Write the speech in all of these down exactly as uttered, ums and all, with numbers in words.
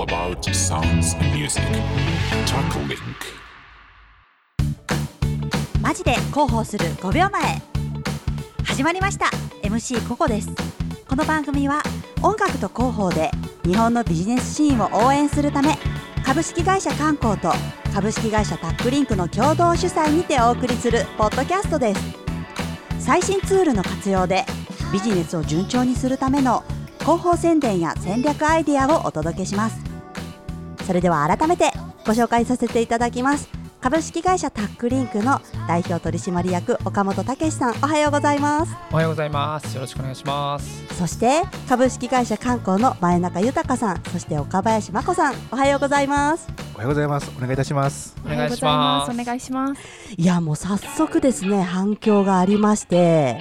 all about sounds and music. Talk Link. マジで広報するごびょうまえ始まりました。 エムシー ココです。この番組は音楽と広報で日本のビジネスシーンを応援するため、株式会社観光と株式会社タックリンクの共同主催にてお送りするポッドキャストです。最新ツールの活用でビジネスを順調にするための広報宣伝や戦略アイデアをお届けします。それでは改めてご紹介させていただきます。株式会社タックリンクの代表取締役岡本武さん、おはようございます。 おはようございます。よろしくお願いします。 そして株式会社観光の前中豊さん、そして岡林真子さん、おはようございます。 おはようございます。お願いいたします。 お願いします。 お願いします。 いや、もう早速ですね、反響がありまして、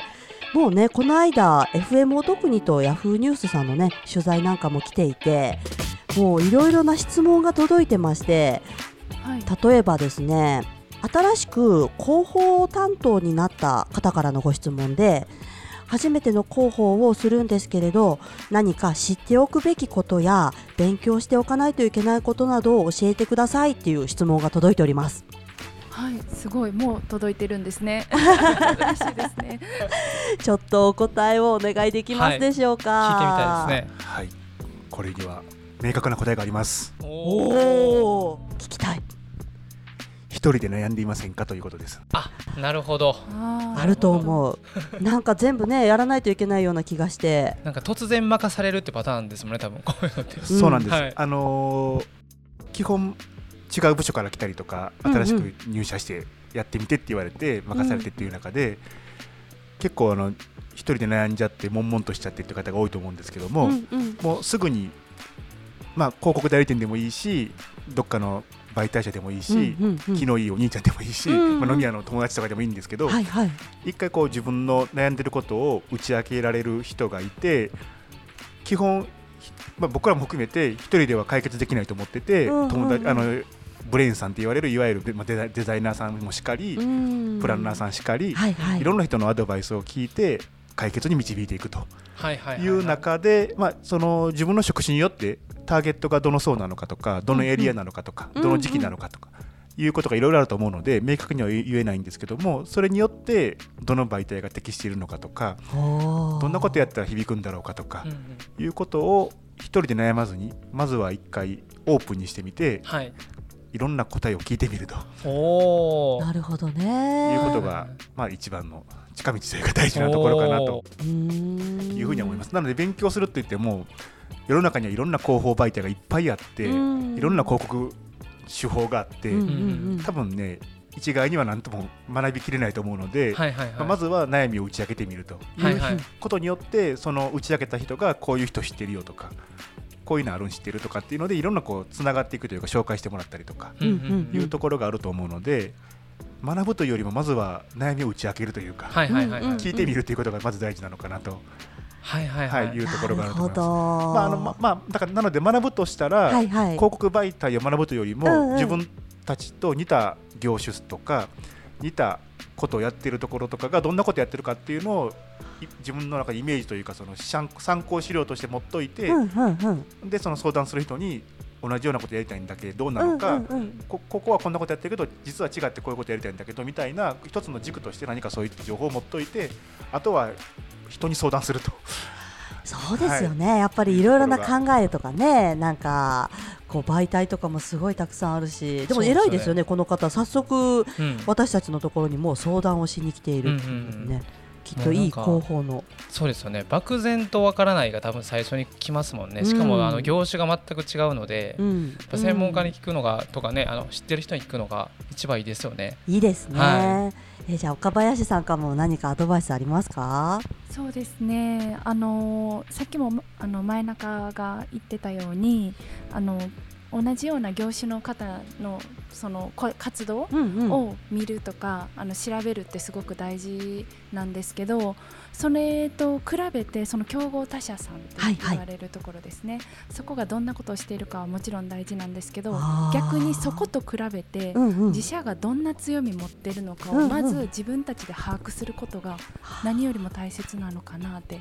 もうね、この間 エフエム を特にとヤフーニュースさんのね取材なんかも来ていて、もういろいろな質問が届いてまして、はい、例えばですね、新しく広報担当になった方からのご質問で、初めての広報をするんですけれど、何か知っておくべきことや勉強しておかないといけないことなどを教えてくださいっていう質問が届いております。 はい、すごい、もう届いてるんですね。嬉しいですね。 ちょっとお答えをお願いできますでしょうか。 はい、聞いてみたいですね。 はい、これには明確な答えがあります。 おお、聞きたい。 一人で悩んでいませんかということです。 あ、なるほど。 あ, あると思う。なんか全部ねやらないといけないような気がして、 なんか突然任されるってパターンですもんね、多分こういうのって。 そうなんです、 はい、あのー、基本違う部署から来たりとか、新しく入社してやってみてって言われて任されてっていう中で、うん、結構あの一人で悩んじゃって悶々としちゃってっていう方が多いと思うんですけども、うんうん、もうすぐに、まあ、広告代理店でもいいし、どっかの媒体社でもいいし、うんうんうん、気のいいお兄ちゃんでもいいし、うんうん、まあ、飲み屋の友達とかでもいいんですけど、はいはい、一回こう自分の悩んでることを打ち明けられる人がいて、基本、まあ、僕らも含めて一人では解決できないと思ってて、うんうんうん、友達あのブレインさんって言われるいわゆるデザイナーさんもしかり、プランナーさんしかり、はいはい、いろんな人のアドバイスを聞いて解決に導いていくという中で、まあ、その自分の職種によってターゲットがどの層なのかとか、どのエリアなのかとか、うんうん、どの時期なのかとかいうことがいろいろあると思うので、明確には言えないんですけども、それによってどの媒体が適しているのかとか、どんなことやったら響くんだろうかとか、うんうん、いうことを一人で悩まずに、まずは一回オープンにしてみて、はい、いろんな答えを聞いてみると、 おー、なるほどね、 いうことが、まあ、一番の近道というか大事なところかなというふうに思います。なので勉強するといっても、世の中にはいろんな広報媒体がいっぱいあって、いろんな広告手法があって、うんうんうん、多分ね一概には何とも学びきれないと思うので、はいはいはい、まあ、まずは悩みを打ち明けてみるということによって、その打ち明けた人がこういう人知ってるよとか、こういうのあるん知ってるとかっていうので、いろんなこうつながっていくというか、紹介してもらったりとかいうところがあると思うので、学ぶというよりもまずは悩みを打ち明けるというか、はいはいはいはい、聞いてみるということがまず大事なのかなと、はいはいはいはい、いうところがあると思います。まああのままあ、だからなので学ぶとしたら、はいはい、広告媒体を学ぶというよりも、うんうん、自分たちと似た業種とか似たことをやっているところとかがどんなことやってるかっていうのを自分の中でイメージというか、その参考資料として持っといて、うんうんうん、でその相談する人に同じようなことやりたいんだけどどうなのか、うんうんうん、こ, ここはこんなことやってるけど実は違ってこういうことやりたいんだけどみたいな一つの軸として何かそういう情報を持っといて、あとは人に相談すると。 そうですよね、はい、やっぱりいろいろな考えとかね、なんかこう媒体とかもすごいたくさんあるし、でも偉いですよね、この方早速、うん、私たちのところにもう相談をしに来ているっていうね、うんうんうん、きっといい広報の。 そうですよね、漠然とわからないが多分最初に来ますもんね。しかも、うん、あの業種が全く違うので、うん、やっぱ専門家に聞くのがとかね、あの知ってる人に聞くのが一番いいですよね。 いいですね、はい、えじゃあ岡林さんからも何かアドバイスありますか？ そうですね、あのさっきもあの前中が言ってたように、あの同じような業種の方のその活動を見るとか、うんうん、あの調べるってすごく大事なんですけど、それと比べてその競合他社さんって言われるところですね、はいはい、そこがどんなことをしているかはもちろん大事なんですけど、逆にそこと比べて自社がどんな強み持っているのかをまず自分たちで把握することが何よりも大切なのかなって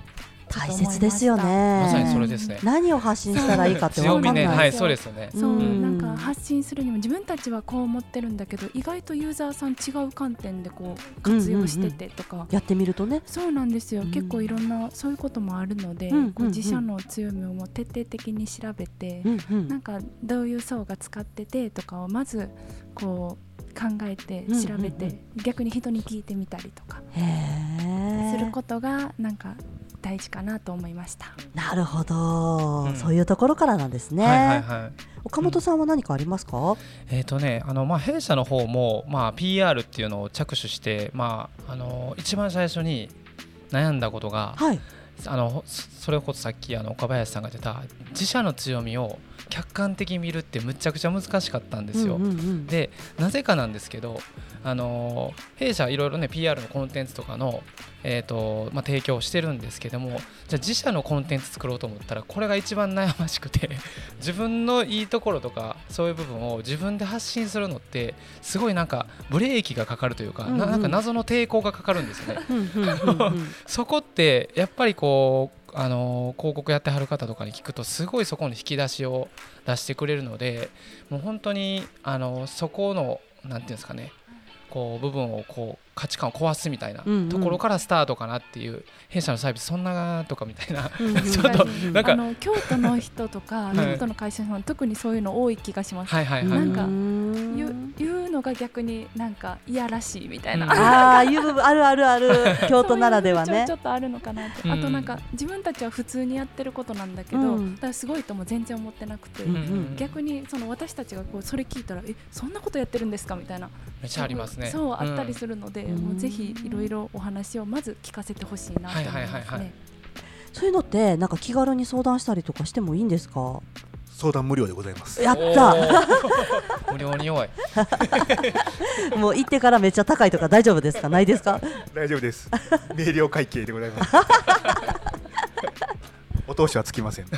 大切ですよね。 まさにそれですね。 何を発信したらいいかって分かんない。 強みね、はい、そうですよね。 そう、うん、なんか発信するにも自分たちはこう思ってるんだけど、意外とユーザーさん違う観点でこう活用しててとか、うんうんうん、 やってみるとね。 そうなんですよ、うん、結構いろんなそういうこともあるので、うんうんうん、こう自社の強みをも徹底的に調べて、うんうん、なんかどういう層が使っててとかをまずこう考えて調べて、うんうんうん、逆に人に聞いてみたりとかすることがなんか大事かなと思いました。 なるほど、うん、そういうところからなんですね。はいはいはい、岡本さんは何かありますか？うん、 えーとね、あのまあ弊社の方も、まあ、ピーアール っていうのを着手して、まあ、あの一番最初に悩んだことが、はい、あのそれこそさっきあの岡林さんが言ってた自社の強みを客観的に見るってむちゃくちゃ難しかったんですよ、うんうんうん、でなぜかなんですけど、あの弊社いろいろね ピーアール のコンテンツとかの、えーとまあ、提供してるんですけども、じゃあ自社のコンテンツ作ろうと思ったらこれが一番悩ましくて自分のいいところとかそういう部分を自分で発信するのってすごいなんかブレーキがかかるというか、うんうん、な, なんか謎の抵抗がかかるんですよねそこってやっぱりこうあの広告やってはる方とかに聞くとすごいそこの引き出しを出してくれるので、もう本当にあのそこのなんていうんですかね、こう部分をこう価値観を壊すみたいなところからスタートかなっていう、うんうん、弊社のサービスそんなとかみたいな、うんうん、ちょっとなんかあの京都の人とか京都の会社さん特にそういうの多い気がします、はいはいはい、なんか言う、言うのが逆になんかいやらしいみたいな、うん、 ああいう部分あるあるある京都ならではねちょっとあるのかなって、うん、あとなんか自分たちは普通にやってることなんだけど、うん、だからすごいとも全然思ってなくて、うんうん、逆にその私たちがこうそれ聞いたらえそんなことやってるんですかみたいなめっちゃありますね。 そうあったりするので、うん、もうぜひいろいろお話をまず聞かせてほしいなと思いますね、はいはいはいはい、 そういうのってなんか気軽に相談したりとかしてもいいんですか？ 相談無料でございます。 やった無料に弱いもう行ってからめっちゃ高いとか大丈夫ですか？ないですか？ 大丈夫です。明瞭会計でございますお通しはつきません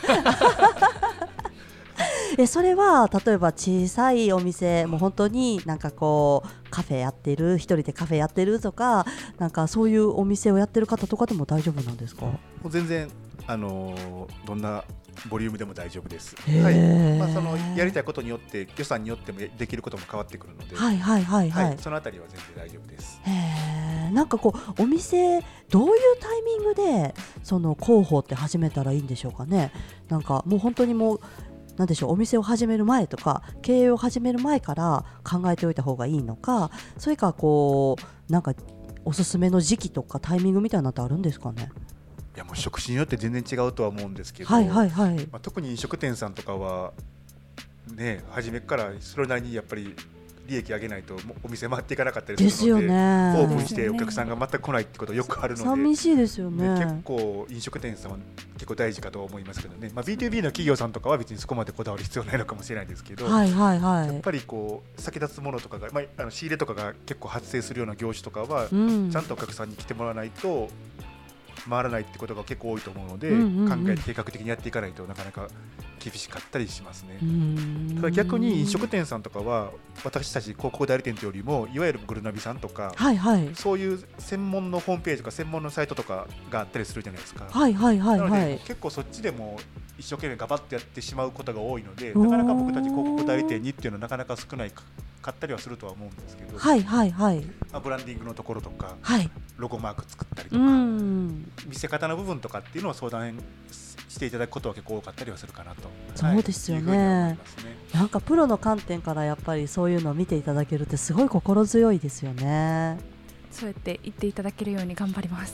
えそれは例えば小さいお店もう本当になんかこうカフェやってる一人でカフェやってるとかなんかそういうお店をやってる方とかでも大丈夫なんですか？もう全然あのー、どんなボリュームでも大丈夫です、はいまあ、そのやりたいことによって予算によってもできることも変わってくるので、はいはいはいはいはい、そのあたりは全然大丈夫です。 へなんかこうお店どういうタイミングでその広報って始めたらいいんでしょうかね。なんかもう本当にもうなんでしょうお店を始める前とか経営を始める前から考えておいた方がいいのか、それかこうなんかおすすめの時期とかタイミングみたいなのってあるんですかね。 いやもう職種によって全然違うとは思うんですけど、 はいはいはいまあ、特に飲食店さんとかはね初めからそれなりにやっぱり利益上げないとお店回っていかなかったりするの で, ですよ、ね、オープンしてお客さんが全く来ないってことよくあるので寂しいですよね。 結構飲食店さんは結構大事かと思いますけどね、まあ、ビーツービー の企業さんとかは別にそこまでこだわる必要ないのかもしれないですけど、はいはいはい、やっぱりこう先立つものとかが、まあ、あの仕入れとかが結構発生するような業種とかは、うん、ちゃんとお客さんに来てもらわないと回らないってことが結構多いと思うので、うんうんうん、考えて計画的にやっていかないとなかなか厳しかったりしますね。ただ逆に飲食店さんとかは私たち広告代理店というよりもいわゆるグルナビさんとか、はいはい、そういう専門のホームページとか専門のサイトとかがあったりするじゃないですか、はいはいはいはい、なので結構そっちでも一生懸命ガバッとやってしまうことが多いのでなかなか僕たち広告代理店にっていうのはなかなか少ないかったりはするとは思うんですけど、はいはいはいまあ、ブランディングのところとか、はい、ロゴマーク作ったりとか見せ方の部分とかっていうのを相談していただくことは結構多かったりはするかなと。 そうですよ ね, ねなんかプロの観点からやっぱりそういうのを見ていただけるってすごい心強いですよね。 そうやって言っていただけるように頑張ります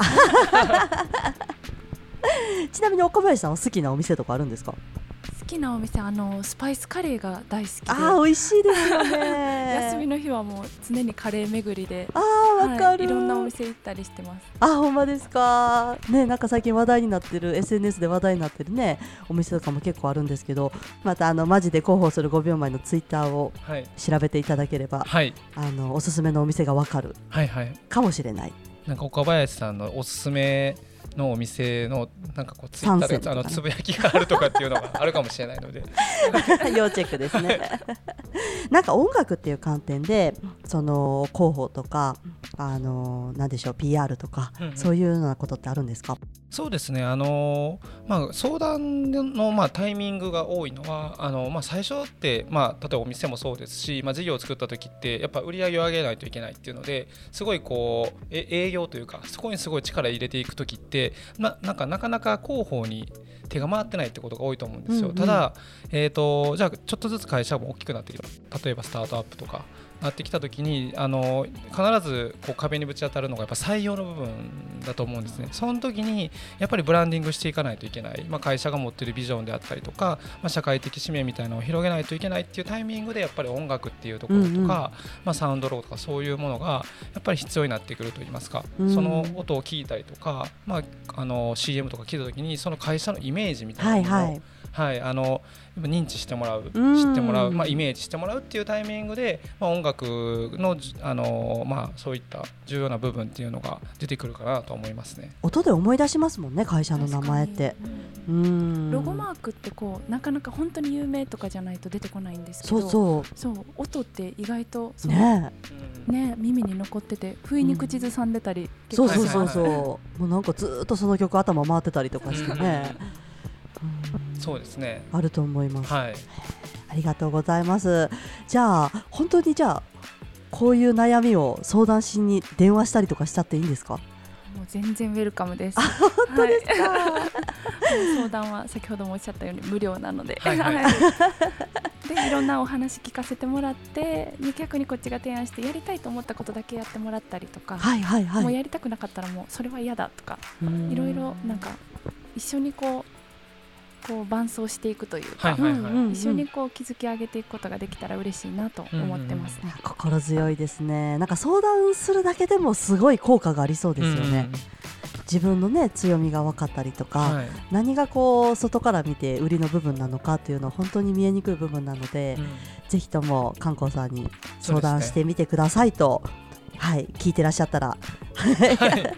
ちなみに岡林さんは好きなお店とかあるんですか？ 好きなお店あのスパイスカレーが大好きで、 あー美味しいですよね休みの日はもう常にカレー巡りで、 あーわかる、 はい、いろんなお店行ったりしてます。 あほんまですかね。なんか最近話題になってる エスエヌエス で話題になってるねお店とかも結構あるんですけど、またあのマジで広報するごびょうまえのツイッターを調べていただければ、はい、あのおすすめのお店がわかるかもしれない、はいはい、 なんか岡林さんのおすすめのお店のなんかこうツイッターで、ね、あのつぶやきがあるとかっていうのがあるかもしれないので要チェックですねなんか音楽っていう観点でその広報とかあのなんでしょう ピーアール とか、うんうん、そういうようなことってあるんですか？ そうですね、あのまあ、相談のまあタイミングが多いのはあのまあ最初って、まあ、例えばお店もそうですし、まあ、事業を作った時ってやっぱ売り上げを上げないといけないっていうのですごいこうえ営業というかそこにすごい力入れていく時ってな, なんかなかなか広報に手が回ってないってことが多いと思うんですよ、うんうん、ただ、えーと、じゃあちょっとずつ会社も大きくなってきた、例えばスタートアップとかなってきた時にあの必ずこう壁にぶち当たるのがやっぱ採用の部分だと思うんですね。その時にやっぱりブランディングしていかないといけない、まあ、会社が持っているビジョンであったりとか、まあ、社会的使命みたいなのを広げないといけないっていうタイミングでやっぱり音楽っていうところとか、うんうんまあ、サウンドロゴとかそういうものがやっぱり必要になってくるといいますか、うん、その音を聞いたりとか、まあ、あの シーエム とか聞いた時にその会社のイメージみたいなのを、はいはいはい、あの認知してもらう、知ってもらう、まあ、イメージしてもらうっていうタイミングで、まあ、音楽の、あの、まあ、そういった重要な部分っていうのが出てくるかなと思いますね。 音で思い出しますもんね、会社の名前って。うん、 ロゴマークってこうなかなか本当に有名とかじゃないと出てこないんですけど、 そうそうそう音って意外とねね耳に残ってて不意に口ずさんでたり、 うん、そうそうそうそうもうなんかずっとその曲頭回ってたりとかしてねうん、そうですね、 あると思います、 はい、 ありがとうございます。じゃあ本当にじゃあこういう悩みを相談しに電話したりとかしちゃっていいんですか？ もう全然ウェルカムです。 本当ですか？はい、 相談は先ほどもおっしゃったように無料なので、 はいはい、 でいろんなお話聞かせてもらって逆にこっちが提案してやりたいと思ったことだけやってもらったりとか、 はいはいはい、 もうやりたくなかったらもうそれは嫌だとかいろいろなんか一緒にこうこう伴走していくというか、はいはいはい、一緒にこう築き上げていくことができたら嬉しいなと思ってますね、うんうん、 心強いですね。なんか相談するだけでもすごい効果がありそうですよね、うん、自分のね強みが分かったりとか、はい、何がこう外から見て売りの部分なのかっていうのは本当に見えにくい部分なので、うん、ぜひとも観光さんに相談してみてくださいと、はい、聞いてらっしゃったらはい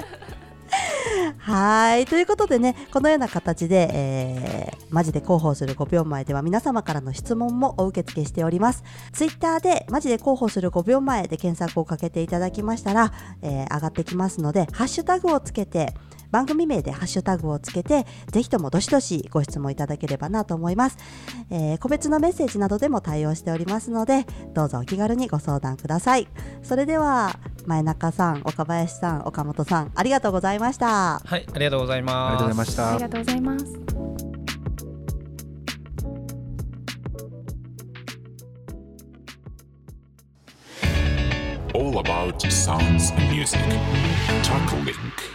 はいということでね、このような形で、えー、マジで広報するごびょうまえでは皆様からの質問もお受け付けしております。ツイッターでマジで広報するごびょうまえで検索をかけていただきましたら、えー、上がってきますのでハッシュタグをつけて番組名でハッシュタグをつけてぜひともどしどしご質問いただければなと思います、えー、個別のメッセージなどでも対応しておりますのでどうぞお気軽にご相談ください。それでは前中さん、岡林さん、岡本さんありがとうございました。 はい、ありがとうございます。 ありがとうございました。 ありがとうございます。 All about sounds and music. Talk Link.